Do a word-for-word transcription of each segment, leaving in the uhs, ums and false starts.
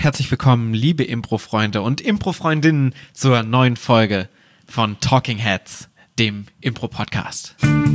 Herzlich willkommen, liebe Impro-Freunde und Impro-Freundinnen, zur neuen Folge von Talking Heads, dem Impro-Podcast.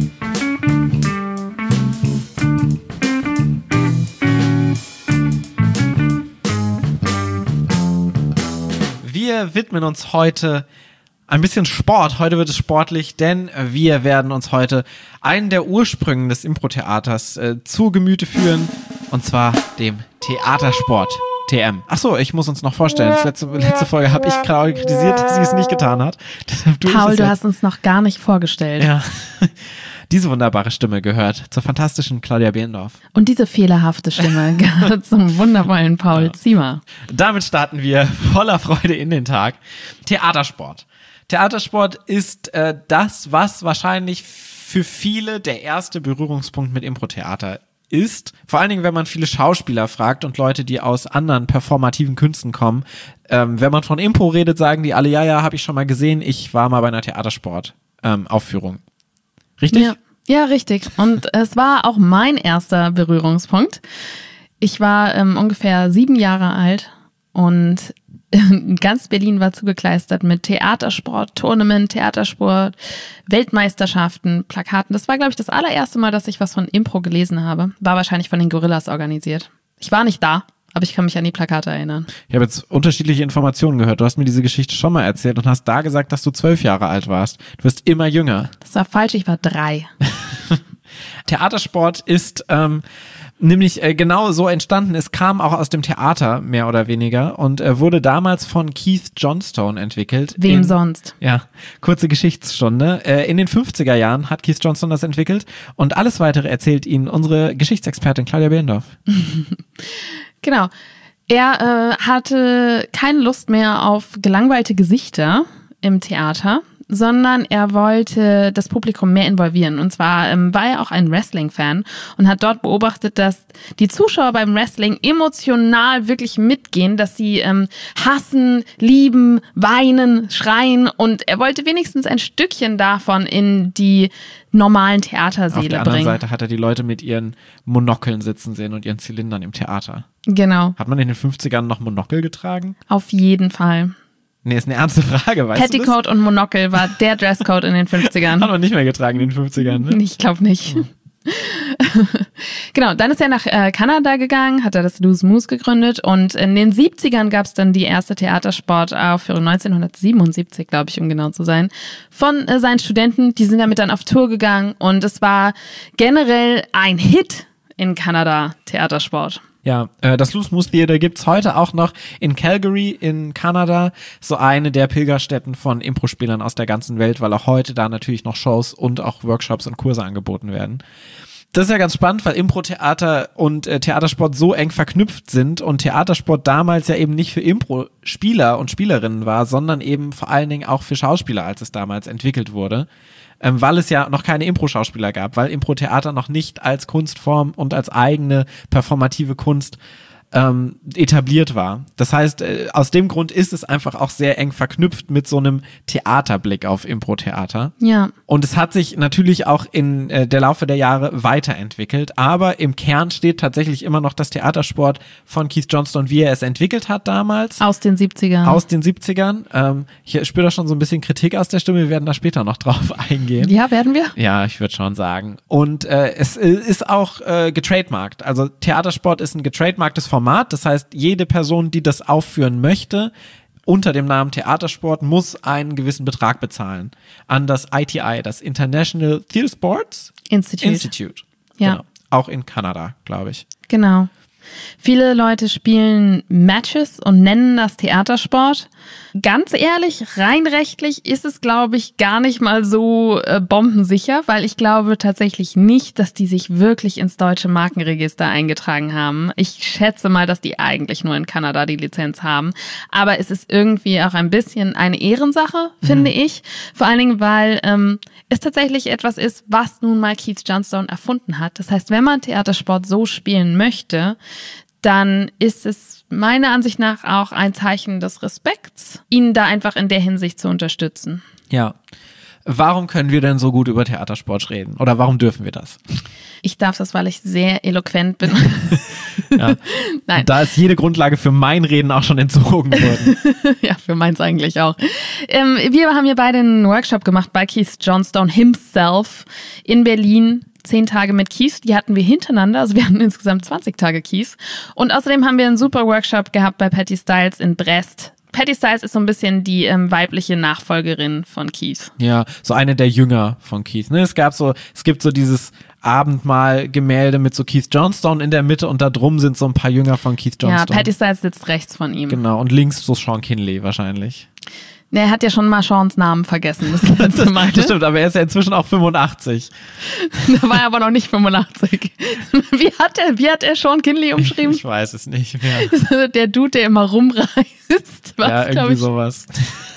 Wir widmen uns heute ein bisschen Sport. Heute wird es sportlich, denn wir werden uns heute einen der Ursprünge des Impro-Theaters äh, zu Gemüte führen, und zwar dem Theatersport. T M. Achso, ich muss uns noch vorstellen. Das letzte, letzte Folge habe ich gerade kritisiert, dass sie es nicht getan hat. Du Paul, du hast uns noch gar nicht vorgestellt. Ja. Diese wunderbare Stimme gehört zur fantastischen Claudia Behrendorf. Und diese fehlerhafte Stimme gehört zum wundervollen Paul ja. Ziemer. Damit starten wir voller Freude in den Tag. Theatersport. Theatersport ist äh, das, was wahrscheinlich für viele der erste Berührungspunkt mit Impro-Theater ist, vor allen Dingen, wenn man viele Schauspieler fragt und Leute, die aus anderen performativen Künsten kommen. Ähm, wenn man von Impro redet, sagen die alle, ja, ja, habe ich schon mal gesehen, ich war mal bei einer Theatersport-Aufführung. Ähm, richtig? Ja, ja, richtig. Und es war auch mein erster Berührungspunkt. Ich war ähm, ungefähr sieben Jahre alt und ganz Berlin war zugekleistert mit Theatersport, Tournament, Theatersport, Weltmeisterschaften, Plakaten. Das war, glaube ich, das allererste Mal, dass ich was von Impro gelesen habe. War wahrscheinlich von den Gorillas organisiert. Ich war nicht da, aber ich kann mich an die Plakate erinnern. Ich habe jetzt unterschiedliche Informationen gehört. Du hast mir diese Geschichte schon mal erzählt und hast da gesagt, dass du zwölf Jahre alt warst. Du wirst immer jünger. Das war falsch, ich war drei. Theatersport ist ähm, nämlich äh, genau so entstanden. Es kam auch aus dem Theater, mehr oder weniger, und äh, wurde damals von Keith Johnstone entwickelt. Wem in, sonst? Ja, kurze Geschichtsstunde. Äh, in den fünfziger Jahren hat Keith Johnstone das entwickelt und alles Weitere erzählt Ihnen unsere Geschichtsexpertin Claudia Behrendorf. Genau. Er äh, hatte keine Lust mehr auf gelangweilte Gesichter im Theater, sondern er wollte das Publikum mehr involvieren. Und zwar ähm, war er auch ein Wrestling-Fan und hat dort beobachtet, dass die Zuschauer beim Wrestling emotional wirklich mitgehen, dass sie ähm, hassen, lieben, weinen, schreien. Und er wollte wenigstens ein Stückchen davon in die normalen Theatersäle bringen. Auf der anderen Seite hat er die Leute mit ihren Monokeln sitzen sehen und ihren Zylindern im Theater. Genau. Hat man in den fünfzigern noch Monokel getragen? Auf jeden Fall. Nee, ist eine ernste Frage, weißt Petticoat du das? und Monokel war der Dresscode in den fünfzigern. Hat man nicht mehr getragen in den fünfzigern, ne? Ich glaube nicht. Oh. Genau, dann ist er nach äh, Kanada gegangen, hat er das Loose Moose gegründet und in den siebzigern gab es dann die erste Theatersportaufführung, neunzehnhundertsiebenundsiebzig, glaube ich, um genau zu sein, von äh, seinen Studenten. Die sind damit dann auf Tour gegangen und es war generell ein Hit in Kanada, Theatersport. Ja, äh, das Loose Moose Theater gibt's heute auch noch in Calgary in Kanada, so eine der Pilgerstätten von Impro-Spielern aus der ganzen Welt, weil auch heute da natürlich noch Shows und auch Workshops und Kurse angeboten werden. Das ist ja ganz spannend, weil Impro-Theater und äh, Theatersport so eng verknüpft sind und Theatersport damals ja eben nicht für Impro-Spieler und Spielerinnen war, sondern eben vor allen Dingen auch für Schauspieler, als es damals entwickelt wurde. Ähm, weil es ja noch keine Impro-Schauspieler gab, weil Impro-Theater noch nicht als Kunstform und als eigene performative Kunst ähm, etabliert war. Das heißt, äh, aus dem Grund ist es einfach auch sehr eng verknüpft mit so einem Theaterblick auf Impro-Theater. Ja. Und es hat sich natürlich auch in äh, der Laufe der Jahre weiterentwickelt, aber im Kern steht tatsächlich immer noch das Theatersport von Keith Johnstone, wie er es entwickelt hat damals. Aus den siebzigern. Aus den siebzigern. Ähm, ich spüre da schon so ein bisschen Kritik aus der Stimme, wir werden da später noch drauf eingehen. Ja, werden wir? Ja, ich würde schon sagen. Und äh, es ist auch äh, getrademarkt. Also Theatersport ist ein getrademarktes Format. Das heißt, jede Person, die das aufführen möchte, unter dem Namen Theatersport, muss einen gewissen Betrag bezahlen an das I T I, das International Theatre Sports Institute. Institute. Ja. Genau. Auch in Kanada, glaube ich. Genau. Viele Leute spielen Matches und nennen das Theatersport. Ganz ehrlich, rein rechtlich ist es, glaube ich, gar nicht mal so äh, bombensicher, weil ich glaube tatsächlich nicht, dass die sich wirklich ins deutsche Markenregister eingetragen haben. Ich schätze mal, dass die eigentlich nur in Kanada die Lizenz haben. Aber es ist irgendwie auch ein bisschen eine Ehrensache, finde mhm. ich. Vor allen Dingen, weil ähm, es tatsächlich etwas ist, was nun mal Keith Johnstone erfunden hat. Das heißt, wenn man Theatersport so spielen möchte, dann ist es meiner Ansicht nach auch ein Zeichen des Respekts, ihn da einfach in der Hinsicht zu unterstützen. Ja. warum können wir denn so gut über Theatersport reden? Oder warum dürfen wir das? Ich darf das, weil ich sehr eloquent bin. Ja. Nein. Da ist jede Grundlage für mein Reden auch schon entzogen worden. Ja, für meins eigentlich auch. Ähm, wir haben hier beide einen Workshop gemacht bei Keith Johnstone himself in Berlin. Zehn Tage mit Keith, die hatten wir hintereinander, also wir hatten insgesamt zwanzig Tage Keith. Und außerdem haben wir einen super Workshop gehabt bei Patty Styles in Brest. Patty Styles ist so ein bisschen die ähm, weibliche Nachfolgerin von Keith. Ja, so eine der Jünger von Keith. Ne? Es gab so, es gibt so dieses Abendmahl-Gemälde mit so Keith Johnstone in der Mitte und da drum sind so ein paar Jünger von Keith Johnstone. Ja, Patty Styles sitzt rechts von ihm. Genau, und links so Sean Kinley wahrscheinlich. Ne, er hat ja schon mal Seans Namen vergessen. Das, letzte Mal, ne? Das stimmt, aber er ist ja inzwischen auch fünfundachtzig. Da war er aber noch nicht fünfundachtzig. Wie hat er, wie hat er Sean Kinley umschrieben? Ich weiß es nicht mehr. Der Dude, der immer rumreist. Was, ja, irgendwie ich. sowas.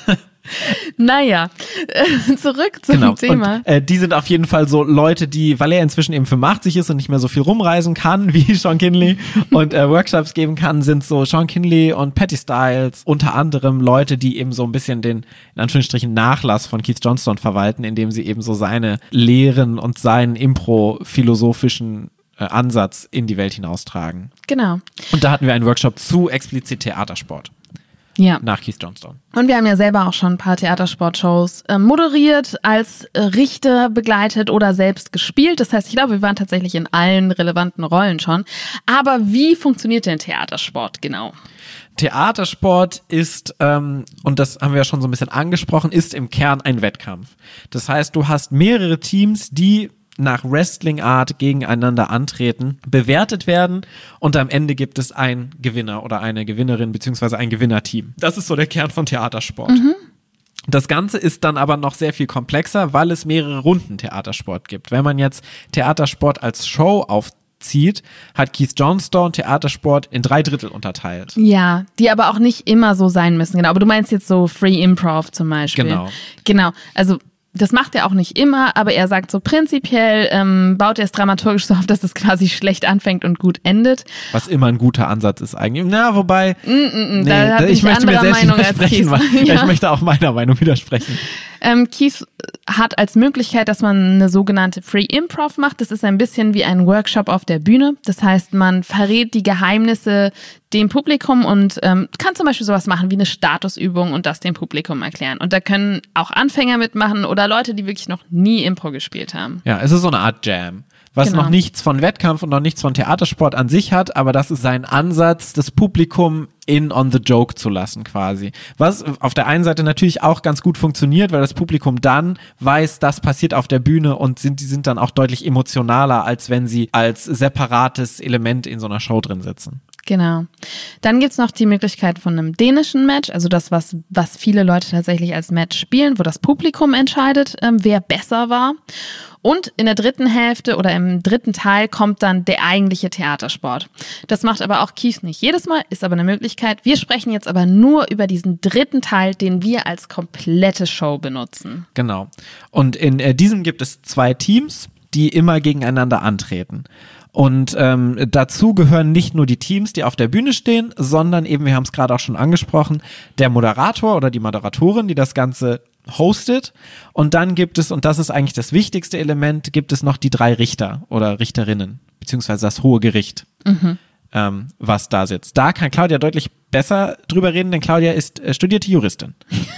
Naja, äh, zurück zum genau. Thema. Und, äh, die sind auf jeden Fall so Leute, die, weil er inzwischen eben fünfundachtzig ist und nicht mehr so viel rumreisen kann wie Sean Kinley und äh, Workshops geben kann, sind so Sean Kinley und Patty Styles unter anderem Leute, die eben so ein bisschen den, in Anführungsstrichen, Nachlass von Keith Johnstone verwalten, indem sie eben so seine Lehren und seinen impro-philosophischen äh, Ansatz in die Welt hinaustragen. Genau. Und da hatten wir einen Workshop zu explizit Theatersport. Ja. Nach Keith Johnstone. Und wir haben ja selber auch schon ein paar Theatersportshows äh, moderiert, als äh, Richter begleitet oder selbst gespielt. Das heißt, ich glaube, wir waren tatsächlich in allen relevanten Rollen schon. Aber wie funktioniert denn Theatersport genau? Theatersport ist, ähm, und das haben wir ja schon so ein bisschen angesprochen, ist im Kern ein Wettkampf. Das heißt, du hast mehrere Teams, die nach Wrestling-Art gegeneinander antreten, bewertet werden und am Ende gibt es einen Gewinner oder eine Gewinnerin beziehungsweise ein Gewinnerteam. Das ist so der Kern von Theatersport. Mhm. Das Ganze ist dann aber noch sehr viel komplexer, weil es mehrere Runden Theatersport gibt. Wenn man jetzt Theatersport als Show aufzieht, hat Keith Johnstone Theatersport in drei Drittel unterteilt. Ja, die aber auch nicht immer so sein müssen. Genau, aber du meinst jetzt so Free Improv zum Beispiel. Genau. Genau, also das macht er auch nicht immer, aber er sagt so prinzipiell, ähm, baut er es dramaturgisch so auf, dass es quasi schlecht anfängt und gut endet. Was immer ein guter Ansatz ist eigentlich. Na, wobei, mm, mm, nee, da hab ich, ich möchte mir selbst Meinung widersprechen, weil, ja. Ich möchte auch meiner Meinung widersprechen. Ähm, Keith hat als Möglichkeit, dass man eine sogenannte Free Improv macht. Das ist ein bisschen wie ein Workshop auf der Bühne. Das heißt, man verrät die Geheimnisse dem Publikum und ähm, kann zum Beispiel sowas machen wie eine Statusübung und das dem Publikum erklären. Und da können auch Anfänger mitmachen oder Leute, die wirklich noch nie Impro gespielt haben. Ja, es ist so eine Art Jam. Was genau. noch nichts von Wettkampf und noch nichts von Theatersport an sich hat, aber das ist sein Ansatz, das Publikum in on the joke zu lassen quasi. Was auf der einen Seite natürlich auch ganz gut funktioniert, weil das Publikum dann weiß, das passiert auf der Bühne und sind, die sind dann auch deutlich emotionaler, als wenn sie als separates Element in so einer Show drin sitzen. Genau. Dann gibt's noch die Möglichkeit von einem dänischen Match, also das, was, was viele Leute tatsächlich als Match spielen, wo das Publikum entscheidet, ähm, wer besser war. Und in der dritten Hälfte oder im dritten Teil kommt dann der eigentliche Theatersport. Das macht aber auch Keith nicht jedes Mal, ist aber eine Möglichkeit. Wir sprechen jetzt aber nur über diesen dritten Teil, den wir als komplette Show benutzen. Genau. Und in äh, diesem gibt es zwei Teams, die immer gegeneinander antreten. Und ähm, dazu gehören nicht nur die Teams, die auf der Bühne stehen, sondern eben, wir haben es gerade auch schon angesprochen, der Moderator oder die Moderatorin, die das Ganze hostet. Und dann gibt es, und das ist eigentlich das wichtigste Element, gibt es noch die drei Richter oder Richterinnen, beziehungsweise das Hohe Gericht, mhm. ähm, was da sitzt. Da kann Claudia deutlich besser drüber reden, denn Claudia ist äh, studierte Juristin.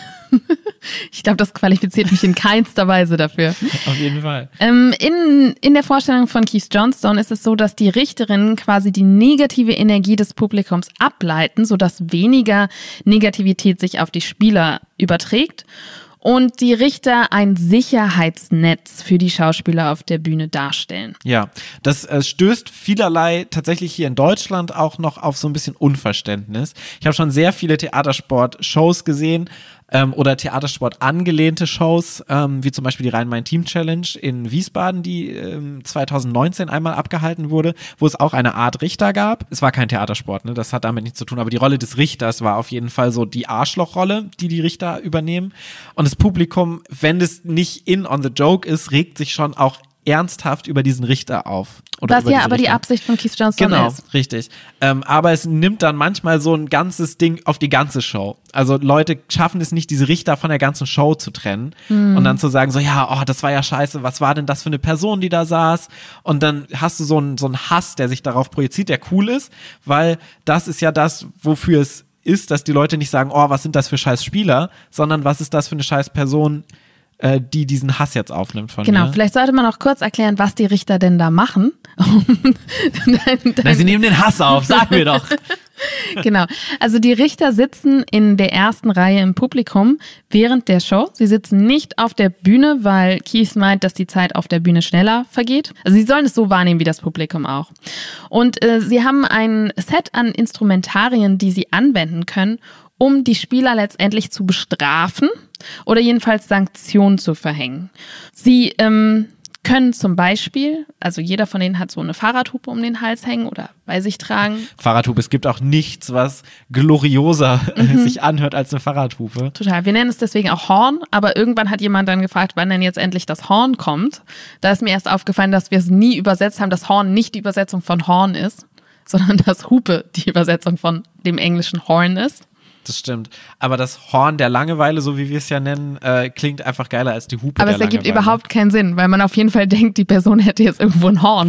Ich glaube, das qualifiziert mich in keinster Weise dafür. Auf jeden Fall. Ähm, in, in der Vorstellung von Keith Johnstone ist es so, dass die Richterinnen quasi die negative Energie des Publikums ableiten, sodass weniger Negativität sich auf die Spieler überträgt. Und die Richter ein Sicherheitsnetz für die Schauspieler auf der Bühne darstellen. Ja, das äh, stößt vielerlei tatsächlich hier in Deutschland auch noch auf so ein bisschen Unverständnis. Ich habe schon sehr viele Theatersport-Shows gesehen, ähm, oder Theatersport angelehnte Shows, ähm, wie zum Beispiel die Rhein-Main-Team-Challenge in Wiesbaden, die ähm, zwanzig neunzehn einmal abgehalten wurde, wo es auch eine Art Richter gab. Es war kein Theatersport, ne? Das hat damit nichts zu tun, aber die Rolle des Richters war auf jeden Fall so die Arschlochrolle, die die Richter übernehmen. Und das Publikum, wenn es nicht in on the joke ist, regt sich schon auch ernsthaft über diesen Richter auf. Oder Was über ja diese aber die Richter. Absicht von Keith Johnstone Genau, ist. richtig. Ähm, aber es nimmt dann manchmal so ein ganzes Ding auf die ganze Show. Also Leute schaffen es nicht, diese Richter von der ganzen Show zu trennen Mhm. und dann zu sagen so, ja, oh, das war ja scheiße, was war denn das für eine Person, die da saß? Und dann hast du so einen so einen Hass, der sich darauf projiziert, der cool ist, weil das ist ja das, wofür es ist, dass die Leute nicht sagen, oh, was sind das für scheiß Spieler, sondern was ist das für eine scheiß Person, die diesen Hass jetzt aufnimmt von Genau, mir. vielleicht sollte man auch kurz erklären, was die Richter denn da machen. dein, dein, Na, sie nehmen den Hass auf, sag mir doch. Genau, also die Richter sitzen in der ersten Reihe im Publikum während der Show. Sie sitzen nicht auf der Bühne, weil Keith meint, dass die Zeit auf der Bühne schneller vergeht. Also sie sollen es so wahrnehmen wie das Publikum auch. Und äh, sie haben ein Set an Instrumentarien, die sie anwenden können, um die Spieler letztendlich zu bestrafen oder jedenfalls Sanktionen zu verhängen. Sie ähm, können zum Beispiel, also jeder von denen hat so eine Fahrradhupe um den Hals hängen oder bei sich tragen. Fahrradhupe, es gibt auch nichts, was glorioser mhm. sich anhört als eine Fahrradhupe. Total, wir nennen es deswegen auch Horn, aber irgendwann hat jemand dann gefragt, wann denn jetzt endlich das Horn kommt. Da ist mir erst aufgefallen, dass wir es nie übersetzt haben, dass Horn nicht die Übersetzung von Horn ist, sondern dass Hupe die Übersetzung von dem englischen Horn ist. Das stimmt. Aber das Horn der Langeweile, so wie wir es ja nennen, äh, klingt einfach geiler als die Hupe Aber der es ergibt Langeweile. überhaupt keinen Sinn, weil man auf jeden Fall denkt, die Person hätte jetzt irgendwo ein Horn.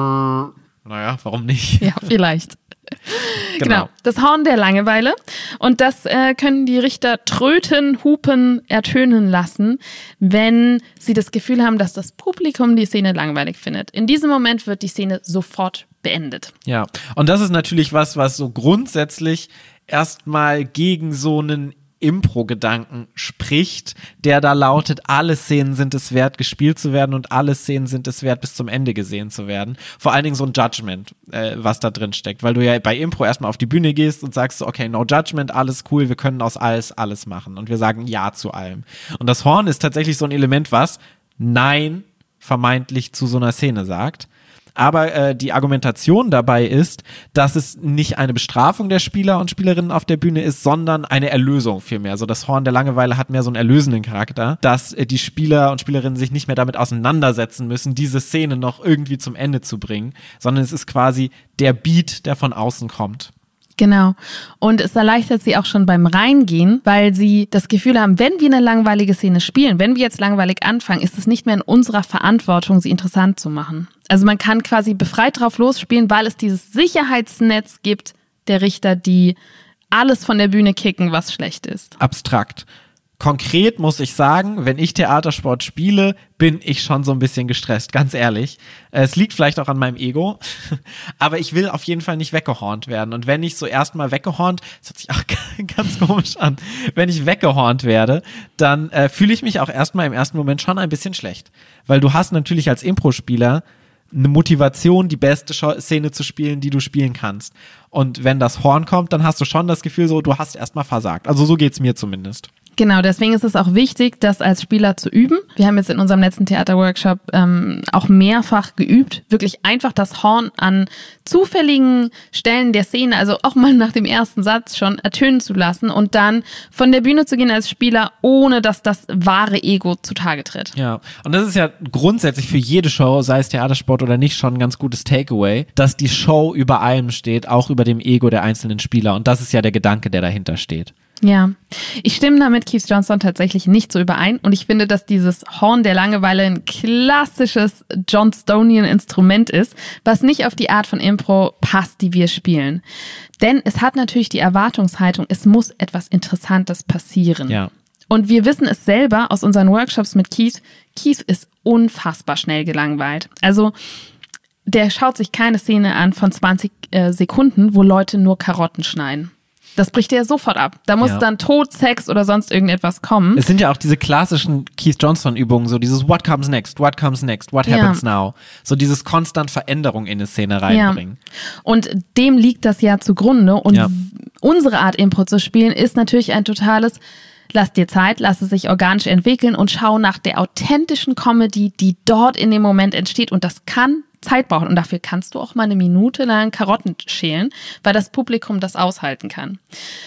Naja, warum nicht? Ja, vielleicht. Genau. Genau, das Horn der Langeweile. Und das äh, können die Richter tröten, hupen, ertönen lassen, wenn sie das Gefühl haben, dass das Publikum die Szene langweilig findet. In diesem Moment wird die Szene sofort beendet. Ja, und das ist natürlich was, was so grundsätzlich erstmal gegen so einen Impro-Gedanken spricht, der da lautet, alle Szenen sind es wert, gespielt zu werden und alle Szenen sind es wert, bis zum Ende gesehen zu werden. Vor allen Dingen so ein Judgment, äh, was da drin steckt, weil du ja bei Impro erstmal auf die Bühne gehst und sagst so, okay, no judgment, alles cool, wir können aus alles alles machen und wir sagen Ja zu allem. Und das Horn ist tatsächlich so ein Element, was Nein vermeintlich zu so einer Szene sagt. Aber äh, die Argumentation dabei ist, dass es nicht eine Bestrafung der Spieler und Spielerinnen auf der Bühne ist, sondern eine Erlösung vielmehr. Also das Horn der Langeweile hat mehr so einen erlösenden Charakter, dass äh, die Spieler und Spielerinnen sich nicht mehr damit auseinandersetzen müssen, diese Szene noch irgendwie zum Ende zu bringen, sondern es ist quasi der Beat, der von außen kommt. Genau. Und es erleichtert sie auch schon beim Reingehen, weil sie das Gefühl haben, wenn wir eine langweilige Szene spielen, wenn wir jetzt langweilig anfangen, ist es nicht mehr in unserer Verantwortung, sie interessant zu machen. Also man kann quasi befreit drauf losspielen, weil es dieses Sicherheitsnetz gibt der Richter, die alles von der Bühne kicken, was schlecht ist. Abstrakt. Konkret muss ich sagen, wenn ich Theatersport spiele, bin ich schon so ein bisschen gestresst, ganz ehrlich. Es liegt vielleicht auch an meinem Ego, aber ich will auf jeden Fall nicht weggehornt werden. Und wenn ich so erstmal weggehornt, das hört sich auch ganz komisch an, wenn ich weggehornt werde, dann äh, fühle ich mich auch erstmal im ersten Moment schon ein bisschen schlecht. Weil du hast natürlich als Impro-Spieler eine Motivation, die beste Szene zu spielen, die du spielen kannst. Und wenn das Horn kommt, dann hast du schon das Gefühl so, du hast erstmal versagt. Also so geht's mir zumindest. Genau, deswegen ist es auch wichtig, das als Spieler zu üben. Wir haben jetzt in unserem letzten Theaterworkshop ähm, auch mehrfach geübt, wirklich einfach das Horn an zufälligen Stellen der Szene, also auch mal nach dem ersten Satz schon ertönen zu lassen und dann von der Bühne zu gehen als Spieler, ohne dass das wahre Ego zutage tritt. Ja, und das ist ja grundsätzlich für jede Show, sei es Theatersport oder nicht, schon ein ganz gutes Takeaway, dass die Show über allem steht, auch über dem Ego der einzelnen Spieler. Und das ist ja der Gedanke, der dahinter steht. Ja, ich stimme da mit Keith Johnstone tatsächlich nicht so überein und ich finde, dass dieses Horn der Langeweile ein klassisches Johnstonian Instrument ist, was nicht auf die Art von Impro passt, die wir spielen. Denn es hat natürlich die Erwartungshaltung, es muss etwas Interessantes passieren. Ja. Und wir wissen es selber aus unseren Workshops mit Keith, Keith ist unfassbar schnell gelangweilt. Also der schaut sich keine Szene an von zwanzig äh, Sekunden, wo Leute nur Karotten schneiden. Das bricht er sofort ab. Da muss ja. dann Tod, Sex oder sonst irgendetwas kommen. Es sind ja auch diese klassischen Keith Johnstone-Übungen, so dieses What comes next, what comes next, what happens ja. now. So dieses konstant Veränderung in eine Szene reinbringen. Ja. Und dem liegt das ja zugrunde. Und ja. unsere Art Impro zu spielen ist natürlich ein totales Lass dir Zeit, lass es sich organisch entwickeln und schau nach der authentischen Comedy, die dort in dem Moment entsteht. Und das kann Zeit brauchen. Und dafür kannst du auch mal eine Minute lang Karotten schälen, weil das Publikum das aushalten kann.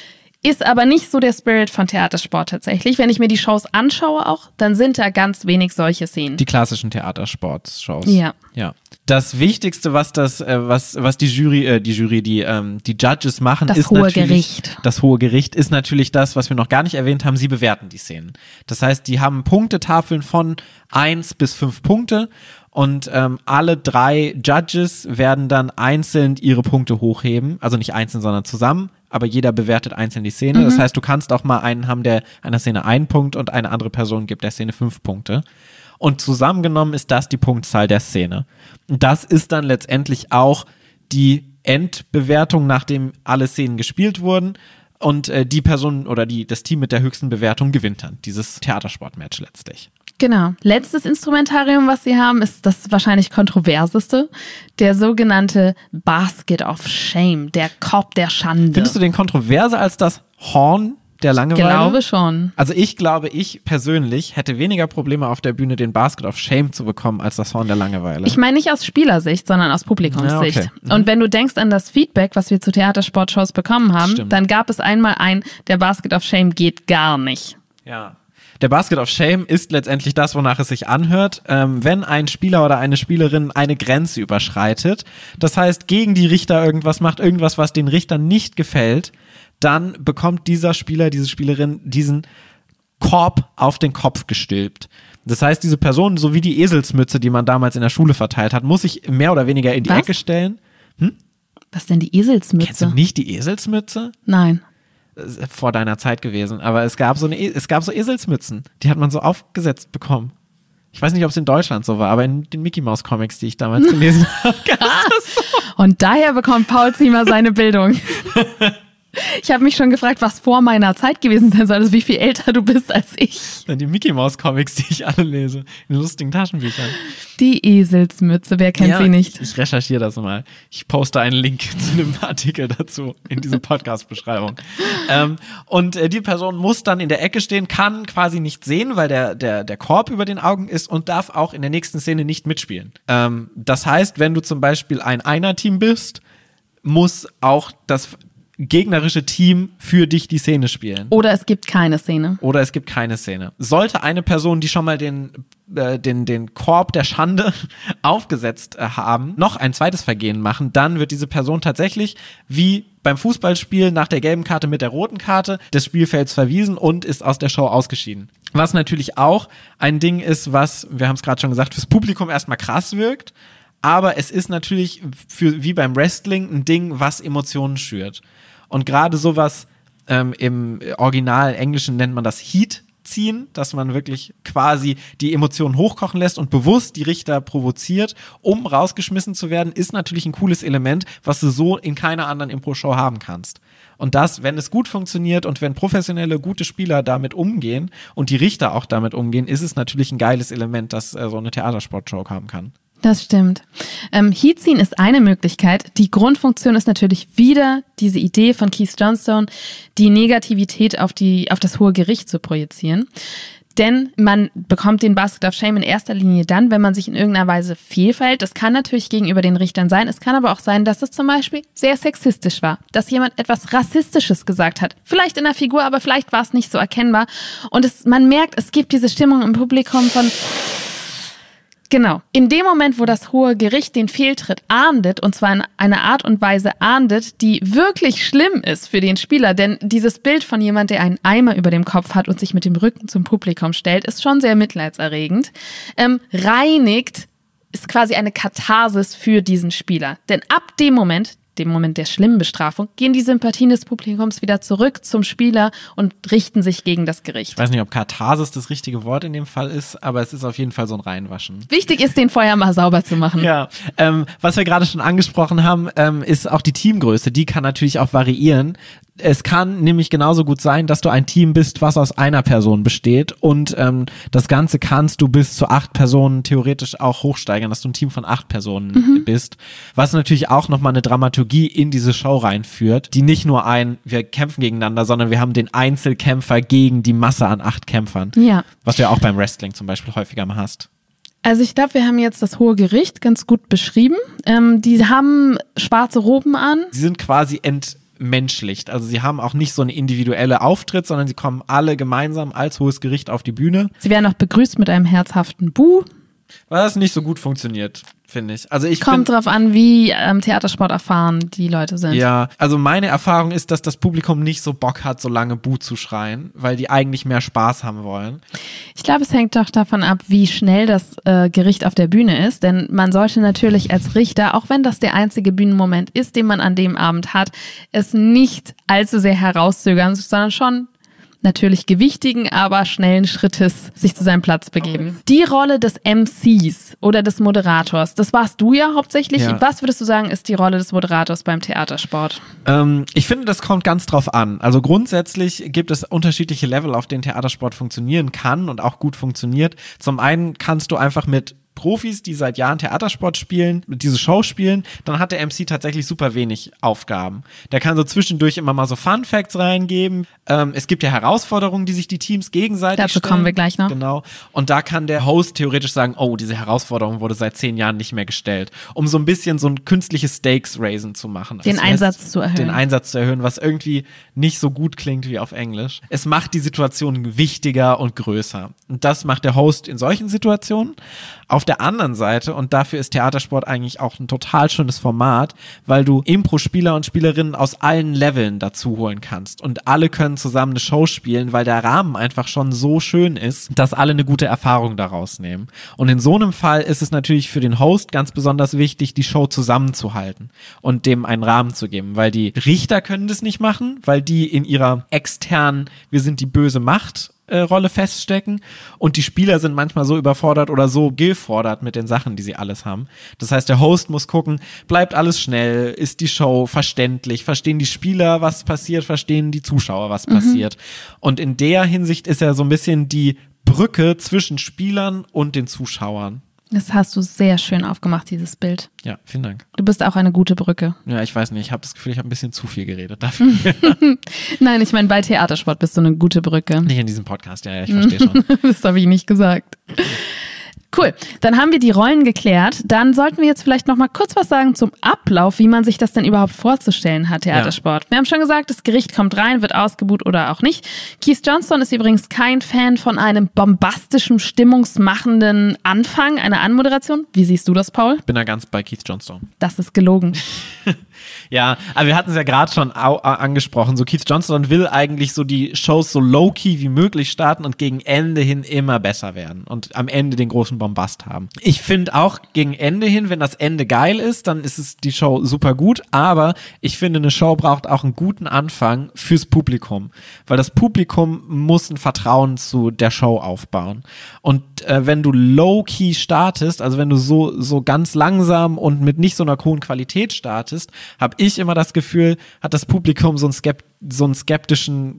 Ist aber nicht so der Spirit von Theatersport tatsächlich. Wenn ich mir die Shows anschaue auch, dann sind da ganz wenig solche Szenen. Die klassischen Theatersports-Shows. Ja. Ja. Das Wichtigste, was das, äh, was, was die Jury, äh, die Jury, die, ähm, die Judges machen, das ist hohe natürlich, Gericht. Das hohe Gericht ist natürlich das, was wir noch gar nicht erwähnt haben. Sie bewerten die Szenen. Das heißt, die haben Punktetafeln von eins bis fünf Punkte und ähm, alle drei Judges werden dann einzeln ihre Punkte hochheben. Also nicht einzeln, sondern zusammen. Aber jeder bewertet einzeln die Szene. Mhm. Das heißt, du kannst auch mal einen haben, der einer Szene einen Punkt und eine andere Person gibt der Szene fünf Punkte. Und zusammengenommen ist das die Punktzahl der Szene. Und das ist dann letztendlich auch die Endbewertung, nachdem alle Szenen gespielt wurden. Und äh, die Person oder die, das Team mit der höchsten Bewertung gewinnt dann dieses Theatersportmatch letztlich. Genau. Letztes Instrumentarium, was sie haben, ist das wahrscheinlich kontroverseste. Der sogenannte Basket of Shame, der Korb der Schande. Findest du den kontroverser als das Horn der Langeweile? Ich glaube schon. Also ich glaube, ich persönlich hätte weniger Probleme auf der Bühne, den Basket of Shame zu bekommen, als das Horn der Langeweile. Ich meine nicht aus Spielersicht, sondern aus Publikumssicht. Ja, okay. Mhm. Und wenn du denkst an das Feedback, was wir zu Theatersportshows bekommen haben, Stimmt. dann gab es einmal ein, der Basket of Shame geht gar nicht. Ja. Der Basket of Shame ist letztendlich das, wonach es sich anhört, ähm, wenn ein Spieler oder eine Spielerin eine Grenze überschreitet, das heißt, gegen die Richter irgendwas macht, irgendwas, was den Richtern nicht gefällt, dann bekommt dieser Spieler, diese Spielerin diesen Korb auf den Kopf gestülpt. Das heißt, diese Person, so wie die Eselsmütze, die man damals in der Schule verteilt hat, muss sich mehr oder weniger in die Was? Ecke stellen. Hm? Was denn die Eselsmütze? Kennst du nicht die Eselsmütze? Nein. Vor deiner Zeit gewesen, aber es gab so eine, es gab so Eselsmützen, die hat man so aufgesetzt bekommen. Ich weiß nicht, ob es in Deutschland so war, aber in den Mickey Mouse Comics, die ich damals gelesen habe, gab es das so. Und daher bekommt Paul Ziemer seine Bildung. Ich habe mich schon gefragt, was vor meiner Zeit gewesen sein soll, also wie viel älter du bist als ich. Die Mickey Mouse Comics, die ich alle lese, in lustigen Taschenbüchern. Die Eselsmütze, wer kennt ja, sie nicht? Ich, ich recherchiere das mal. Ich poste einen Link zu einem Artikel dazu in diese Podcast-Beschreibung. ähm, und äh, die Person muss dann in der Ecke stehen, kann quasi nicht sehen, weil der, der, der Korb über den Augen ist und darf auch in der nächsten Szene nicht mitspielen. Ähm, das heißt, wenn du zum Beispiel ein Einer-Team bist, muss auch das gegnerische Team für dich die Szene spielen. Oder es gibt keine Szene. Oder es gibt keine Szene. Sollte eine Person, die schon mal den, äh, den, den Korb der Schande aufgesetzt äh, haben, noch ein zweites Vergehen machen, dann wird diese Person tatsächlich wie beim Fußballspiel nach der gelben Karte mit der roten Karte des Spielfelds verwiesen und ist aus der Show ausgeschieden. Was natürlich auch ein Ding ist, was, wir haben es gerade schon gesagt, fürs Publikum erstmal krass wirkt, aber es ist natürlich für, wie beim Wrestling ein Ding, was Emotionen schürt. Und gerade sowas ähm, im Original Englischen nennt man das Heat ziehen, dass man wirklich quasi die Emotionen hochkochen lässt und bewusst die Richter provoziert, um rausgeschmissen zu werden, ist natürlich ein cooles Element, was du so in keiner anderen Impro-Show haben kannst. Und das, wenn es gut funktioniert und wenn professionelle, gute Spieler damit umgehen und die Richter auch damit umgehen, ist es natürlich ein geiles Element, das äh, so eine Theatersportshow haben kann. Das stimmt. Ähm, Heatziehen ist eine Möglichkeit. Die Grundfunktion ist natürlich wieder diese Idee von Keith Johnstone, die Negativität auf, die, auf das hohe Gericht zu projizieren. Denn man bekommt den Basket of Shame in erster Linie dann, wenn man sich in irgendeiner Weise fehlverhält. Das kann natürlich gegenüber den Richtern sein. Es kann aber auch sein, dass es zum Beispiel sehr sexistisch war. Dass jemand etwas Rassistisches gesagt hat. Vielleicht in der Figur, aber vielleicht war es nicht so erkennbar. Und es, man merkt, es gibt diese Stimmung im Publikum von... Genau. In dem Moment, wo das hohe Gericht den Fehltritt ahndet, und zwar in einer Art und Weise ahndet, die wirklich schlimm ist für den Spieler, denn dieses Bild von jemand, der einen Eimer über dem Kopf hat und sich mit dem Rücken zum Publikum stellt, ist schon sehr mitleidserregend, ähm, reinigt, ist quasi eine Katharsis für diesen Spieler. Denn ab dem Moment, dem Moment der schlimmen Bestrafung, gehen die Sympathien des Publikums wieder zurück zum Spieler und richten sich gegen das Gericht. Ich weiß nicht, ob Katharsis das richtige Wort in dem Fall ist, aber es ist auf jeden Fall so ein Reinwaschen. Wichtig ist, den vorher mal sauber zu machen. Ja, ähm, was wir gerade schon angesprochen haben, ähm, ist auch die Teamgröße. Die kann natürlich auch variieren. Es kann nämlich genauso gut sein, dass du ein Team bist, was aus einer Person besteht und ähm, das Ganze kannst du bis zu acht Personen theoretisch auch hochsteigern, dass du ein Team von acht Personen mhm. bist, was natürlich auch nochmal eine Dramaturgie in diese Show reinführt, die nicht nur ein, wir kämpfen gegeneinander, sondern wir haben den Einzelkämpfer gegen die Masse an acht Kämpfern, ja. was du ja auch beim Wrestling zum Beispiel häufiger mal hast. Also ich glaube, wir haben jetzt das Hohe Gericht ganz gut beschrieben. Ähm, die haben schwarze Roben an. Sie sind quasi ent entmenschlicht. Also sie haben auch nicht so eine individuelle Auftritt, sondern sie kommen alle gemeinsam als hohes Gericht auf die Bühne. Sie werden auch begrüßt mit einem herzhaften Buh. Weil das nicht so gut funktioniert, finde ich. Also ich Kommt bin, drauf an, wie ähm, Theatersport erfahren die Leute sind. Ja, also meine Erfahrung ist, dass das Publikum nicht so Bock hat, so lange Buh zu schreien, weil die eigentlich mehr Spaß haben wollen. Ich glaube, es hängt doch davon ab, wie schnell das äh, Gericht auf der Bühne ist, denn man sollte natürlich als Richter, auch wenn das der einzige Bühnenmoment ist, den man an dem Abend hat, es nicht allzu sehr herauszögern, sondern schon natürlich gewichtigen, aber schnellen Schrittes sich zu seinem Platz begeben. Okay. Die Rolle des M Cs oder des Moderators, das warst du ja hauptsächlich. Ja. Was würdest du sagen, ist die Rolle des Moderators beim Theatersport? Ähm, ich finde, das kommt ganz drauf an. Also grundsätzlich gibt es unterschiedliche Level, auf denen Theatersport funktionieren kann und auch gut funktioniert. Zum einen kannst du einfach mit Profis, die seit Jahren Theatersport spielen, diese Show spielen, dann hat der M C tatsächlich super wenig Aufgaben. Der kann so zwischendurch immer mal so Fun Facts reingeben. Ähm, es gibt ja Herausforderungen, die sich die Teams gegenseitig Dazu stellen. kommen wir gleich noch. Genau. Und da kann der Host theoretisch sagen, oh, diese Herausforderung wurde seit zehn Jahren nicht mehr gestellt. Um so ein bisschen so ein künstliches Stakes-Raisen zu machen. Den das Einsatz heißt, zu erhöhen. Den Einsatz zu erhöhen, was irgendwie nicht so gut klingt wie auf Englisch. Es macht die Situation wichtiger und größer. Und das macht der Host in solchen Situationen. Auf der anderen Seite, und dafür ist Theatersport eigentlich auch ein total schönes Format, weil du Impro-Spieler und Spielerinnen aus allen Leveln dazu holen kannst. Und alle können zusammen eine Show spielen, weil der Rahmen einfach schon so schön ist, dass alle eine gute Erfahrung daraus nehmen. Und in so einem Fall ist es natürlich für den Host ganz besonders wichtig, die Show zusammenzuhalten und dem einen Rahmen zu geben, weil die Richter können das nicht machen, weil die in ihrer externen, wir sind die böse Macht Rolle feststecken und die Spieler sind manchmal so überfordert oder so gefordert mit den Sachen, die sie alles haben. Das heißt, der Host muss gucken, bleibt alles schnell, ist die Show verständlich, verstehen die Spieler, was passiert, verstehen die Zuschauer, was mhm. passiert. Und in der Hinsicht ist er so ein bisschen die Brücke zwischen Spielern und den Zuschauern. Das hast du sehr schön aufgemacht, dieses Bild. Ja, vielen Dank. Du bist auch eine gute Brücke. Ja, ich weiß nicht, ich habe das Gefühl, ich habe ein bisschen zu viel geredet dafür. Nein, ich meine, bei Theatersport bist du eine gute Brücke. Nicht in diesem Podcast, ja, ja, ich verstehe schon. Das habe ich nicht gesagt. Cool, dann haben wir die Rollen geklärt. Dann sollten wir jetzt vielleicht noch mal kurz was sagen zum Ablauf, wie man sich das denn überhaupt vorzustellen hat, Theatersport. Ja. Wir haben schon gesagt, das Gericht kommt rein, wird ausgebuht oder auch nicht. Keith Johnstone ist übrigens kein Fan von einem bombastischen, stimmungsmachenden Anfang, einer Anmoderation. Wie siehst du das, Paul? Ich bin da ganz bei Keith Johnstone. Das ist gelogen. Ja, aber wir hatten es ja gerade schon au- angesprochen, so Keith Johnstone will eigentlich so die Shows so low-key wie möglich starten und gegen Ende hin immer besser werden und am Ende den großen Bombast haben. Ich finde auch gegen Ende hin, wenn das Ende geil ist, dann ist es die Show super gut, aber ich finde, eine Show braucht auch einen guten Anfang fürs Publikum, weil das Publikum muss ein Vertrauen zu der Show aufbauen. Und äh, wenn du low-key startest, also wenn du so, so ganz langsam und mit nicht so einer hohen Qualität startest, habe ich immer das Gefühl, hat das Publikum so einen, Skept- so einen skeptischen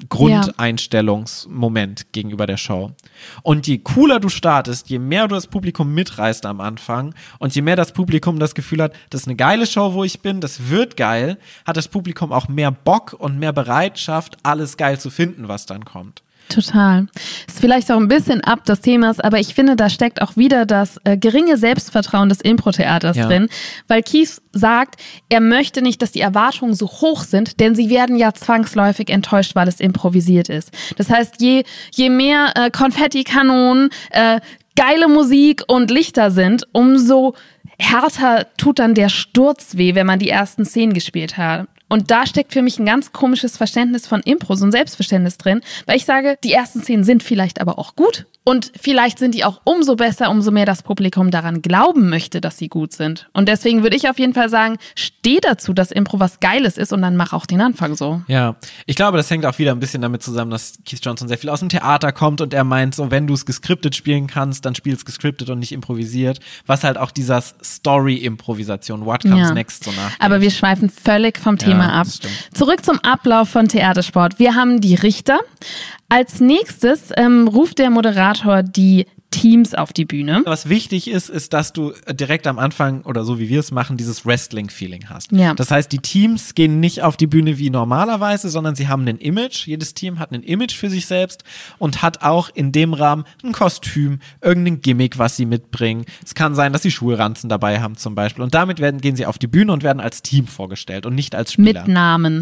Grundeinstellungsmoment ja. gegenüber der Show. Und je cooler du startest, je mehr du das Publikum mitreißt am Anfang und je mehr das Publikum das Gefühl hat, das ist eine geile Show, wo ich bin, das wird geil, hat das Publikum auch mehr Bock und mehr Bereitschaft, alles geil zu finden, was dann kommt. Total. Ist vielleicht auch ein bisschen ab des Themas, aber ich finde, da steckt auch wieder das äh, geringe Selbstvertrauen des Impro-Theaters ja. drin, weil Keith sagt, er möchte nicht, dass die Erwartungen so hoch sind, denn sie werden ja zwangsläufig enttäuscht, weil es improvisiert ist. Das heißt, je, je mehr äh, Konfettikanonen, äh, geile Musik und Lichter sind, umso härter tut dann der Sturz weh, wenn man die ersten Szenen gespielt hat. Und da steckt für mich ein ganz komisches Verständnis von Impro, so ein Selbstverständnis drin, weil ich sage, die ersten Szenen sind vielleicht aber auch gut und vielleicht sind die auch umso besser, umso mehr das Publikum daran glauben möchte, dass sie gut sind. Und deswegen würde ich auf jeden Fall sagen, steh dazu, dass Impro was Geiles ist und dann mach auch den Anfang so. Ja, ich glaube, das hängt auch wieder ein bisschen damit zusammen, dass Keith Johnstone sehr viel aus dem Theater kommt und er meint, so wenn du es gescriptet spielen kannst, dann spiel es gescriptet und nicht improvisiert, was halt auch dieser Story-Improvisation, What Comes ja. Next so nachdenkt. Aber wir schweifen völlig vom Thema ja, ab. Zurück zum Ablauf von Theatersport. Wir haben die Richter. Als nächstes ähm, ruft der Moderator die Teams auf die Bühne. Was wichtig ist, ist, dass du direkt am Anfang oder so wie wir es machen, dieses Wrestling-Feeling hast. Ja. Das heißt, die Teams gehen nicht auf die Bühne wie normalerweise, sondern sie haben ein Image. Jedes Team hat ein Image für sich selbst und hat auch in dem Rahmen ein Kostüm, irgendein Gimmick, was sie mitbringen. Es kann sein, dass sie Schulranzen dabei haben zum Beispiel. Und damit werden, gehen sie auf die Bühne und werden als Team vorgestellt und nicht als Spieler. Mit Namen.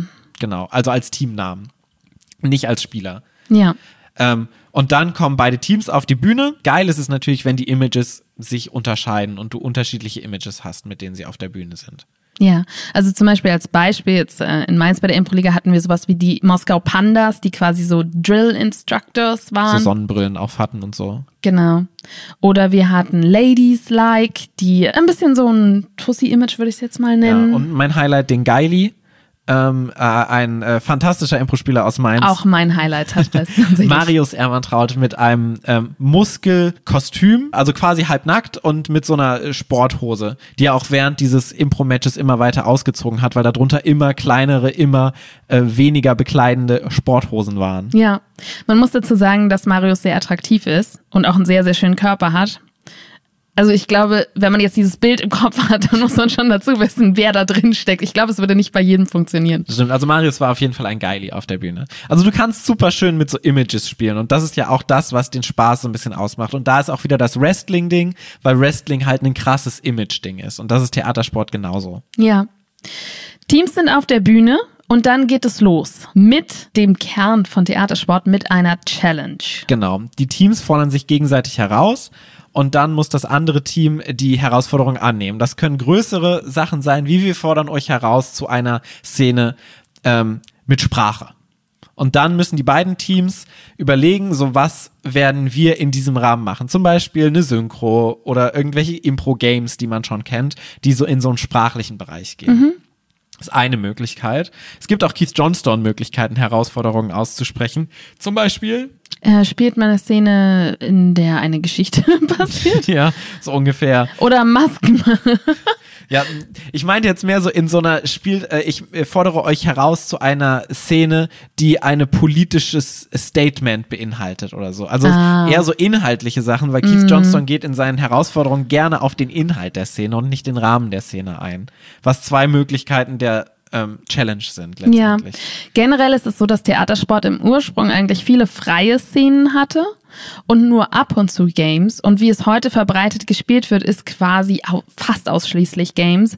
genau. Also als Teamnamen, nicht als Spieler. Ja. Ähm, und dann kommen beide Teams auf die Bühne. Geil ist es natürlich, wenn die Images sich unterscheiden und du unterschiedliche Images hast, mit denen sie auf der Bühne sind. Ja, also zum Beispiel als Beispiel, jetzt äh, in Mainz bei der Impro-Liga hatten wir sowas wie die Moskau Pandas, die quasi so Drill-Instructors waren. So Sonnenbrillen auf hatten und so. Genau. Oder wir hatten Ladies Like, die ein bisschen so ein Tussi-Image, würde ich es jetzt mal nennen. Ja, und mein Highlight, den Geili. Ähm, äh, ein äh, fantastischer Impro-Spieler aus Mainz. Auch mein Highlight tatsächlich. Marius Ermantraut mit einem ähm, Muskelkostüm, also quasi halbnackt und mit so einer äh, Sporthose, die er auch während dieses Impro-Matches immer weiter ausgezogen hat, weil darunter immer kleinere, immer äh, weniger bekleidende Sporthosen waren. Ja, man muss dazu sagen, dass Marius sehr attraktiv ist und auch einen sehr, sehr schönen Körper hat. Also ich glaube, wenn man jetzt dieses Bild im Kopf hat, dann muss man schon dazu wissen, wer da drin steckt. Ich glaube, es würde nicht bei jedem funktionieren. Stimmt, also Marius war auf jeden Fall ein Geili auf der Bühne. Also du kannst super schön mit so Images spielen und das ist ja auch das, was den Spaß so ein bisschen ausmacht. Und da ist auch wieder das Wrestling-Ding, weil Wrestling halt ein krasses Image-Ding ist und das ist Theatersport genauso. Ja. Teams sind auf der Bühne und dann geht es los mit dem Kern von Theatersport, mit einer Challenge. Genau, die Teams fordern sich gegenseitig heraus. Und dann muss das andere Team die Herausforderung annehmen. Das können größere Sachen sein, wie wir fordern euch heraus zu einer Szene ähm, mit Sprache. Und dann müssen die beiden Teams überlegen, so was werden wir in diesem Rahmen machen. Zum Beispiel eine Synchro oder irgendwelche Impro-Games, die man schon kennt, die so in so einen sprachlichen Bereich gehen. Mhm. Das ist eine Möglichkeit. Es gibt auch Keith Johnstone Möglichkeiten, Herausforderungen auszusprechen. Zum Beispiel Er spielt mal eine Szene, in der eine Geschichte passiert. Ja, so ungefähr. Oder Masken. Ja, ich meinte jetzt mehr so in so einer Spiel, äh, ich fordere euch heraus zu einer Szene, die ein politisches Statement beinhaltet oder so. Also ah. eher so inhaltliche Sachen, weil Keith mm. Johnstone geht in seinen Herausforderungen gerne auf den Inhalt der Szene und nicht den Rahmen der Szene ein. Was zwei Möglichkeiten der ähm, Challenge sind letztendlich. Ja, generell ist es so, dass Theatersport im Ursprung eigentlich viele freie Szenen hatte und nur ab und zu Games. Und wie es heute verbreitet gespielt wird, ist quasi au- fast ausschließlich Games.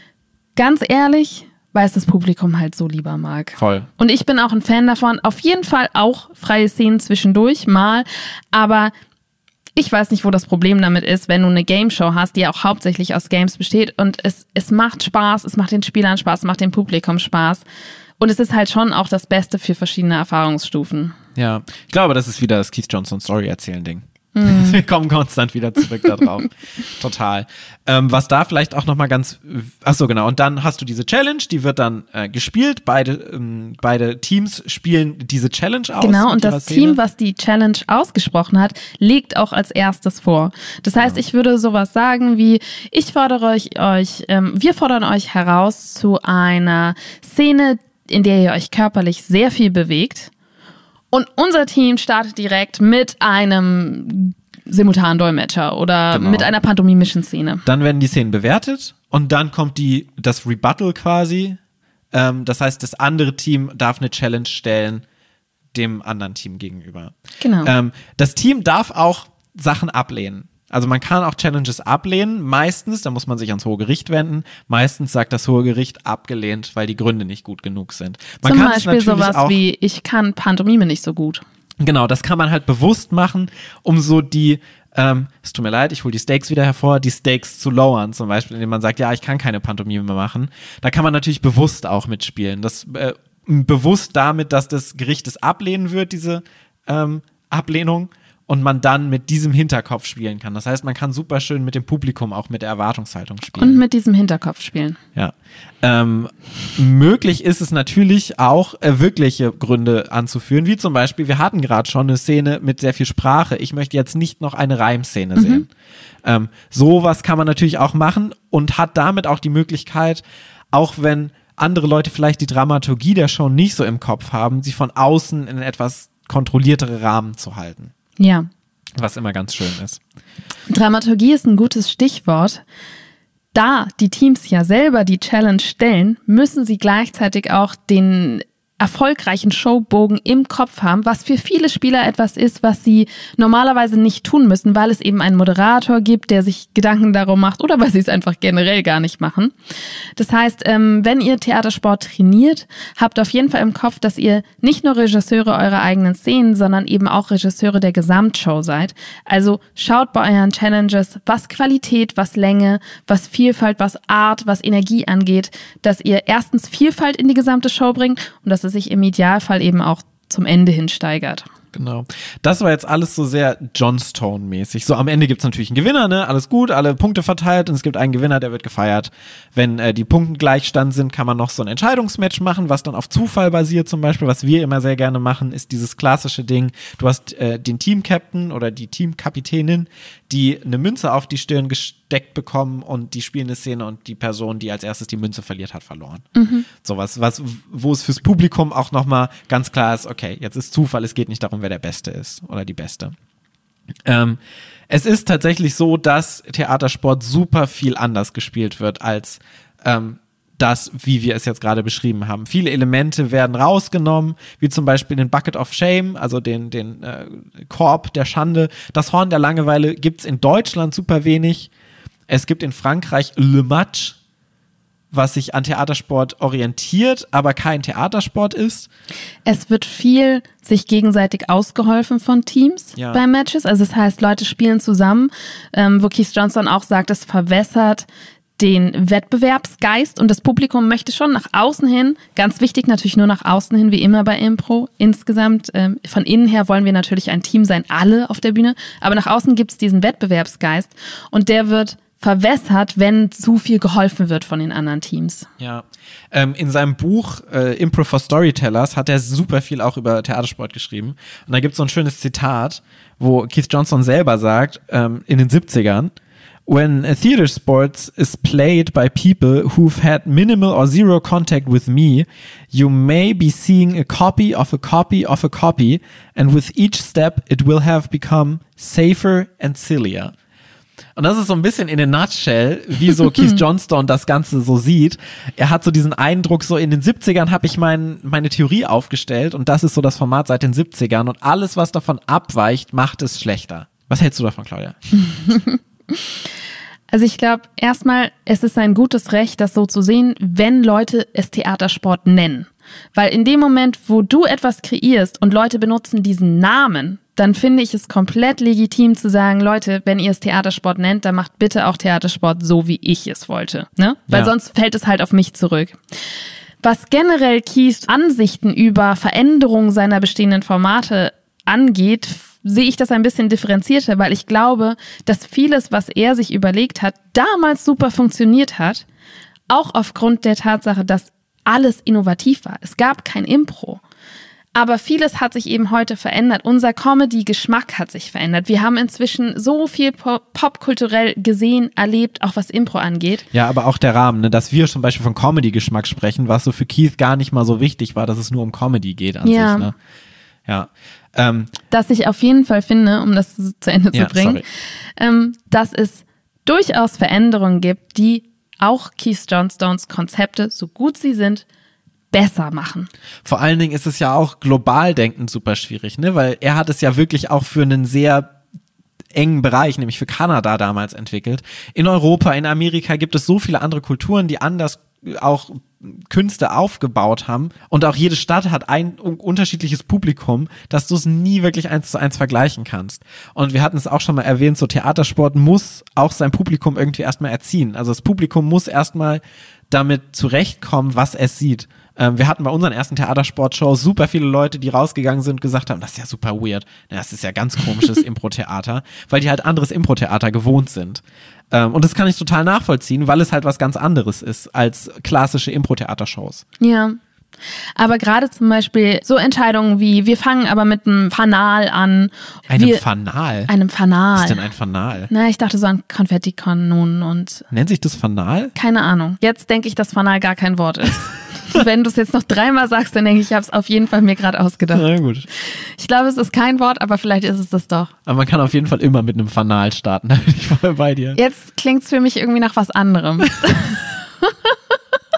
Ganz ehrlich, weil es das Publikum halt so lieber mag. Voll. Und ich bin auch ein Fan davon. Auf jeden Fall auch freie Szenen zwischendurch mal, aber ich weiß nicht, wo das Problem damit ist, wenn du eine Game-Show hast, die auch hauptsächlich aus Games besteht und es, es macht Spaß, es macht den Spielern Spaß, es macht dem Publikum Spaß und es ist halt schon auch das Beste für verschiedene Erfahrungsstufen. Ja, ich glaube, das ist wieder das Keith Johnstone Story-Erzählen-Ding. Mm. Wir kommen konstant wieder zurück da drauf. Total. Ähm, was da vielleicht auch nochmal ganz, achso genau, und dann hast du diese Challenge, die wird dann äh, gespielt, beide, ähm, beide Teams spielen diese Challenge aus. Genau, und das Szene. Team, was die Challenge ausgesprochen hat, legt auch als erstes vor. Das heißt, ja. ich würde sowas sagen wie, ich fordere euch, euch ähm, wir fordern euch heraus zu einer Szene, in der ihr euch körperlich sehr viel bewegt. Und unser Team startet direkt mit einem simultanen Dolmetscher oder genau. mit einer pantomimischen Szene. Dann werden die Szenen bewertet und dann kommt die, das Rebuttal quasi. Ähm, das heißt, das andere Team darf eine Challenge stellen dem anderen Team gegenüber. Genau. Ähm, das Team darf auch Sachen ablehnen. Also man kann auch Challenges ablehnen, meistens, da muss man sich ans Hohe Gericht wenden, meistens sagt das Hohe Gericht abgelehnt, weil die Gründe nicht gut genug sind. Man Zum kann Beispiel sowas auch, wie, ich kann Pantomime nicht so gut. Genau, das kann man halt bewusst machen, um so die, ähm, es tut mir leid, ich hole die Stakes wieder hervor, die Stakes zu lowern, zum Beispiel, indem man sagt, ja, ich kann keine Pantomime mehr machen. Da kann man natürlich bewusst auch mitspielen. Das äh, bewusst damit, dass das Gericht es ablehnen wird, diese ähm, Ablehnung. Und man dann mit diesem Hinterkopf spielen kann. Das heißt, man kann super schön mit dem Publikum auch mit der Erwartungshaltung spielen. Und mit diesem Hinterkopf spielen. Ja. Ähm, möglich ist es natürlich auch, äh, wirkliche Gründe anzuführen, wie zum Beispiel, wir hatten gerade schon eine Szene mit sehr viel Sprache. Ich möchte jetzt nicht noch eine Reimszene mhm. sehen. Ähm, sowas kann man natürlich auch machen und hat damit auch die Möglichkeit, auch wenn andere Leute vielleicht die Dramaturgie der Show nicht so im Kopf haben, sie von außen in etwas kontrolliertere Rahmen zu halten. Ja. Was immer ganz schön ist. Dramaturgie ist ein gutes Stichwort. Da die Teams ja selber die Challenge stellen, müssen sie gleichzeitig auch den erfolgreichen Showbogen im Kopf haben, was für viele Spieler etwas ist, was sie normalerweise nicht tun müssen, weil es eben einen Moderator gibt, der sich Gedanken darum macht oder weil sie es einfach generell gar nicht machen. Das heißt, ähm, wenn ihr Theatersport trainiert, habt auf jeden Fall im Kopf, dass ihr nicht nur Regisseure eurer eigenen Szenen, sondern eben auch Regisseure der Gesamtshow seid. Also schaut bei euren Challenges, was Qualität, was Länge, was Vielfalt, was Art, was Energie angeht, dass ihr erstens Vielfalt in die gesamte Show bringt und dass es sich im Idealfall eben auch zum Ende hin steigert. Genau. Das war jetzt alles so sehr Johnstone-mäßig. So am Ende gibt es natürlich einen Gewinner, ne? Alles gut, alle Punkte verteilt und es gibt einen Gewinner, der wird gefeiert. Wenn äh, die Punkte Gleichstand sind, kann man noch so ein Entscheidungsmatch machen, was dann auf Zufall basiert zum Beispiel. Was wir immer sehr gerne machen, ist dieses klassische Ding. Du hast äh, den Team-Captain oder die Team-Kapitänin, die eine Münze auf die Stirn gesteckt bekommen und die spielen eine Szene und die Person, die als erstes die Münze verliert, hat verloren. Mhm. Sowas, was, wo es fürs Publikum auch nochmal ganz klar ist, okay, jetzt ist Zufall, es geht nicht darum, wer der Beste ist oder die Beste. Ähm, es ist tatsächlich so, dass Theatersport super viel anders gespielt wird als ähm, das, wie wir es jetzt gerade beschrieben haben. Viele Elemente werden rausgenommen, wie zum Beispiel den Bucket of Shame, also den, den äh, Korb der Schande. Das Horn der Langeweile gibt es in Deutschland super wenig. Es gibt in Frankreich Le Match, was sich an Theatersport orientiert, aber kein Theatersport ist. Es wird viel sich gegenseitig ausgeholfen von Teams ja. bei Matches. Also das heißt, Leute spielen zusammen, ähm, wo Keith Johnstone auch sagt, es verwässert den Wettbewerbsgeist und das Publikum möchte schon nach außen hin, ganz wichtig natürlich nur nach außen hin, wie immer bei Impro. Insgesamt, ähm, von innen her wollen wir natürlich ein Team sein, alle auf der Bühne, aber nach außen gibt es diesen Wettbewerbsgeist und der wird verwässert, wenn zu viel geholfen wird von den anderen Teams. Ja, ähm, in seinem Buch äh, Impro for Storytellers hat er super viel auch über Theatersport geschrieben. Und da gibt es so ein schönes Zitat, wo Keith Johnstone selber sagt, ähm, in den siebzigern, when a theater sports is played by people who've had minimal or zero contact with me, you may be seeing a copy of a copy of a copy, and with each step it will have become safer and sillier. Und das ist so ein bisschen in a nutshell, wie so Keith Johnstone das Ganze so sieht. Er hat so diesen Eindruck, so in den siebzigern habe ich mein, meine Theorie aufgestellt und das ist so das Format seit den siebzigern und alles, was davon abweicht, macht es schlechter. Was hältst du davon, Claudia? Also ich glaube, erstmal, es ist ein gutes Recht, das so zu sehen, wenn Leute es Theatersport nennen. Weil in dem Moment, wo du etwas kreierst und Leute benutzen diesen Namen, dann finde ich es komplett legitim zu sagen, Leute, wenn ihr es Theatersport nennt, dann macht bitte auch Theatersport so, wie ich es wollte. Ne? Weil ja. sonst fällt es halt auf mich zurück. Was generell Keiths Ansichten über Veränderungen seiner bestehenden Formate angeht, sehe ich das ein bisschen differenzierter, weil ich glaube, dass vieles, was er sich überlegt hat, damals super funktioniert hat, auch aufgrund der Tatsache, dass alles innovativ war. Es gab kein Impro. Aber vieles hat sich eben heute verändert. Unser Comedy-Geschmack hat sich verändert. Wir haben inzwischen so viel pop- popkulturell gesehen, erlebt, auch was Impro angeht. Ja, aber auch der Rahmen, ne? Dass wir zum Beispiel von Comedy-Geschmack sprechen, was so für Keith gar nicht mal so wichtig war, dass es nur um Comedy geht an ja. sich. Ne? Ja. Ähm, dass ich auf jeden Fall finde, um das zu Ende zu ja, bringen, ähm, dass es durchaus Veränderungen gibt, die auch Keith Johnstones Konzepte, so gut sie sind, besser machen. Vor allen Dingen ist es ja auch global denkend super schwierig, ne? Weil er hat es ja wirklich auch für einen sehr engen Bereich, nämlich für Kanada damals entwickelt. In Europa, in Amerika gibt es so viele andere Kulturen, die anders auch Künste aufgebaut haben und auch jede Stadt hat ein unterschiedliches Publikum, dass du es nie wirklich eins zu eins vergleichen kannst. Und wir hatten es auch schon mal erwähnt, so Theatersport muss auch sein Publikum irgendwie erstmal erziehen. Also das Publikum muss erstmal damit zurechtkommen, was es sieht. Ähm, wir hatten bei unseren ersten Theatersportshows super viele Leute, die rausgegangen sind und gesagt haben, das ist ja super weird, das ist ja ganz komisches Impro-Theater, weil die halt anderes Impro-Theater gewohnt sind. Ähm, und das kann ich total nachvollziehen, weil es halt was ganz anderes ist als klassische Impro-Theatershows. Ja. Aber gerade zum Beispiel so Entscheidungen wie, wir fangen aber mit einem Fanal an. Einem wir, Fanal? Einem Fanal. Was ist denn ein Fanal? Na, ich dachte so an Konfettikanonen und... Nennt sich das Fanal? Keine Ahnung. Jetzt denke ich, dass Fanal gar kein Wort ist. Wenn du es jetzt noch dreimal sagst, dann denke ich, ich habe es auf jeden Fall mir gerade ausgedacht. Na gut. Ich glaube, es ist kein Wort, aber vielleicht ist es das doch. Aber man kann auf jeden Fall immer mit einem Fanal starten. Da bin ich voll bei dir. Jetzt klingt es für mich irgendwie nach was anderem.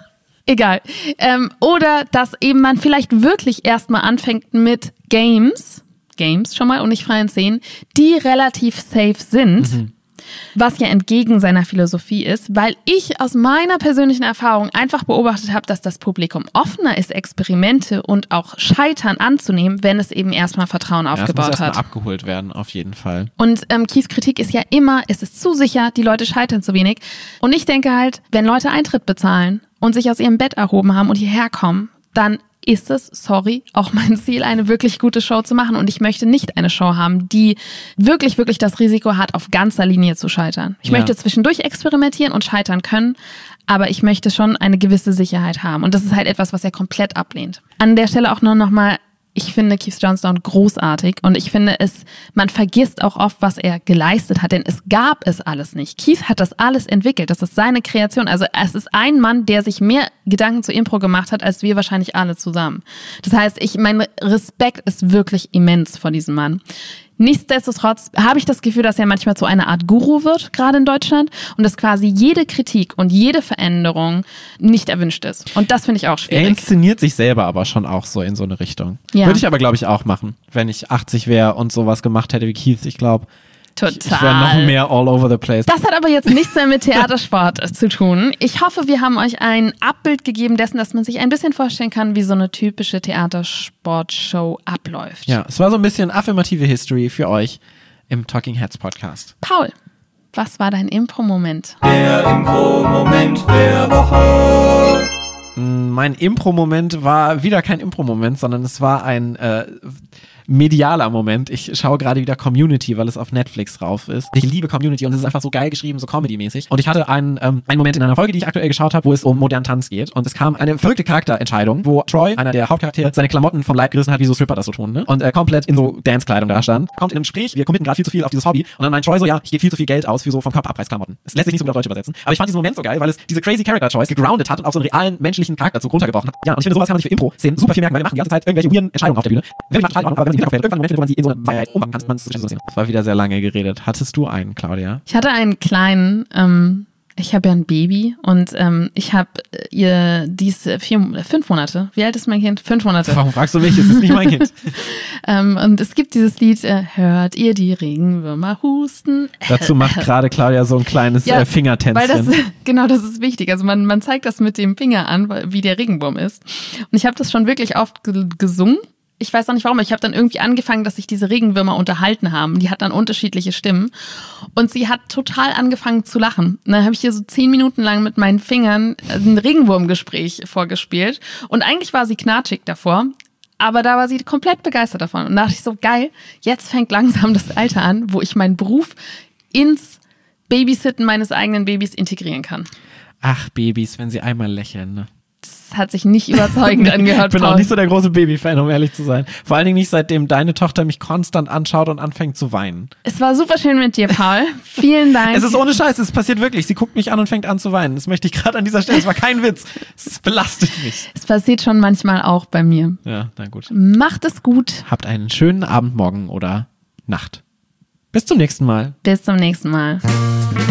Egal. Ähm, oder dass eben man vielleicht wirklich erstmal anfängt mit Games, Games schon mal und nicht freien Szenen, die relativ safe sind. Mhm. Was ja entgegen seiner Philosophie ist, weil ich aus meiner persönlichen Erfahrung einfach beobachtet habe, dass das Publikum offener ist, Experimente und auch Scheitern anzunehmen, wenn es eben erstmal Vertrauen ja, aufgebaut es muss hat. erstmal abgeholt werden, auf jeden Fall. Und ähm, Keiths Kritik ist ja immer, es ist zu sicher, die Leute scheitern zu wenig. Und ich denke halt, wenn Leute Eintritt bezahlen und sich aus ihrem Bett erhoben haben und hierher kommen, dann ist es, sorry, auch mein Ziel, eine wirklich gute Show zu machen. Und ich möchte nicht eine Show haben, die wirklich, wirklich das Risiko hat, auf ganzer Linie zu scheitern. Ich ja. möchte zwischendurch experimentieren und scheitern können, aber ich möchte schon eine gewisse Sicherheit haben. Und das ist halt etwas, was er komplett ablehnt. An der Stelle auch nur nochmal, ich finde Keith Johnstone großartig und ich finde es, man vergisst auch oft, was er geleistet hat, denn es gab es alles nicht. Keith hat das alles entwickelt, das ist seine Kreation. Also es ist ein Mann, der sich mehr Gedanken zu Impro gemacht hat, als wir wahrscheinlich alle zusammen. Das heißt, ich, mein Respekt ist wirklich immens vor diesem Mann. Nichtsdestotrotz habe ich das Gefühl, dass er manchmal zu einer Art Guru wird, gerade in Deutschland, und dass quasi jede Kritik und jede Veränderung nicht erwünscht ist. Und das finde ich auch schwierig. Er inszeniert sich selber aber schon auch so in so eine Richtung. Ja. Würde ich aber, glaube ich, auch machen, wenn ich achtzig wäre und sowas gemacht hätte wie Keith. Ich glaube, Total. Ich, ich wäre noch mehr all over the place. Das hat aber jetzt nichts mehr mit Theatersport zu tun. Ich hoffe, wir haben euch ein Abbild gegeben dessen, dass man sich ein bisschen vorstellen kann, wie so eine typische Theatersportshow abläuft. Ja, es war so ein bisschen affirmative History für euch im Talking Heads Podcast. Paul, was war dein Impro-Moment? Der Impro-Moment der Woche. Mein Impro-Moment war wieder kein Impro-Moment, sondern es war ein äh, medialer Moment. Ich schaue gerade wieder Community, weil es auf Netflix drauf ist. Ich liebe Community und es ist einfach so geil geschrieben, so Comedy-mäßig. Und ich hatte einen, ähm, einen Moment in einer Folge, die ich aktuell geschaut habe, wo es um modernen Tanz geht. Und es kam eine verrückte Charakterentscheidung, wo Troy, einer der Hauptcharaktere, seine Klamotten vom Leib gerissen hat, wie so Stripper das so tun, ne? Und äh, komplett in so Dance-Kleidung da stand. Kommt in einem Gespräch, wir committen gerade viel zu viel auf dieses Hobby. Und dann meint Troy so, ja, ich gebe viel zu viel Geld aus für so vom Körper Abreißklamotten. Es lässt sich nicht so gut auf Deutsch übersetzen. Aber ich fand diesen Moment so geil, weil es diese crazy Character-Choice gegroundet hat und auf so einen realen menschlichen Charakter so runtergebrochen hat. Ja, und ich finde, sowas kann man sich für Impro-Szenen super viel merken, weil wir machen die ganze Zeit irgendwelche weirden Entscheidungen auf der Bühne. Wenn wir machen, total in Ordnung, aber wenn man sie nicht irgendwann Moment, wo man sie in so eine Wahrheit umwandeln kann, man es so sehen. Das war wieder sehr lange geredet. Hattest du einen, Claudia? Ich hatte einen kleinen, ähm, ich habe ja ein Baby und ähm, ich habe ihr dies vier, fünf Monate. Wie alt ist mein Kind? Fünf Monate. Warum fragst du mich? Es ist nicht mein Kind. ähm, und es gibt dieses Lied, äh, hört ihr die Regenwürmer husten? Dazu macht gerade Claudia so ein kleines ja, äh, Fingertänzchen. Weil das, genau, das ist wichtig. Also man, man zeigt das mit dem Finger an, wie der Regenwurm ist. Und ich habe das schon wirklich oft ge- gesungen. Ich weiß auch nicht warum, ich habe dann irgendwie angefangen, dass sich diese Regenwürmer unterhalten haben. Die hat dann unterschiedliche Stimmen. Und sie hat total angefangen zu lachen. Und dann habe ich hier so zehn Minuten lang mit meinen Fingern ein Regenwurmgespräch vorgespielt. Und eigentlich war sie knatschig davor. Aber da war sie komplett begeistert davon. Und da dachte ich so, geil, jetzt fängt langsam das Alter an, wo ich meinen Beruf ins Babysitten meines eigenen Babys integrieren kann. Ach, Babys, wenn sie einmal lächeln, ne? Das hat sich nicht überzeugend angehört. Ich bin Paul. Auch nicht so der große Baby-Fan, um ehrlich zu sein. Vor allen Dingen nicht, seitdem deine Tochter mich konstant anschaut und anfängt zu weinen. Es war super schön mit dir, Paul. Vielen Dank. Es ist ohne Scheiß, es passiert wirklich. Sie guckt mich an und fängt an zu weinen. Das möchte ich gerade an dieser Stelle. Es war kein Witz. Es belastet mich. Es passiert schon manchmal auch bei mir. Ja, na gut. Macht es gut. Habt einen schönen Abend, Morgen oder Nacht. Bis zum nächsten Mal. Bis zum nächsten Mal.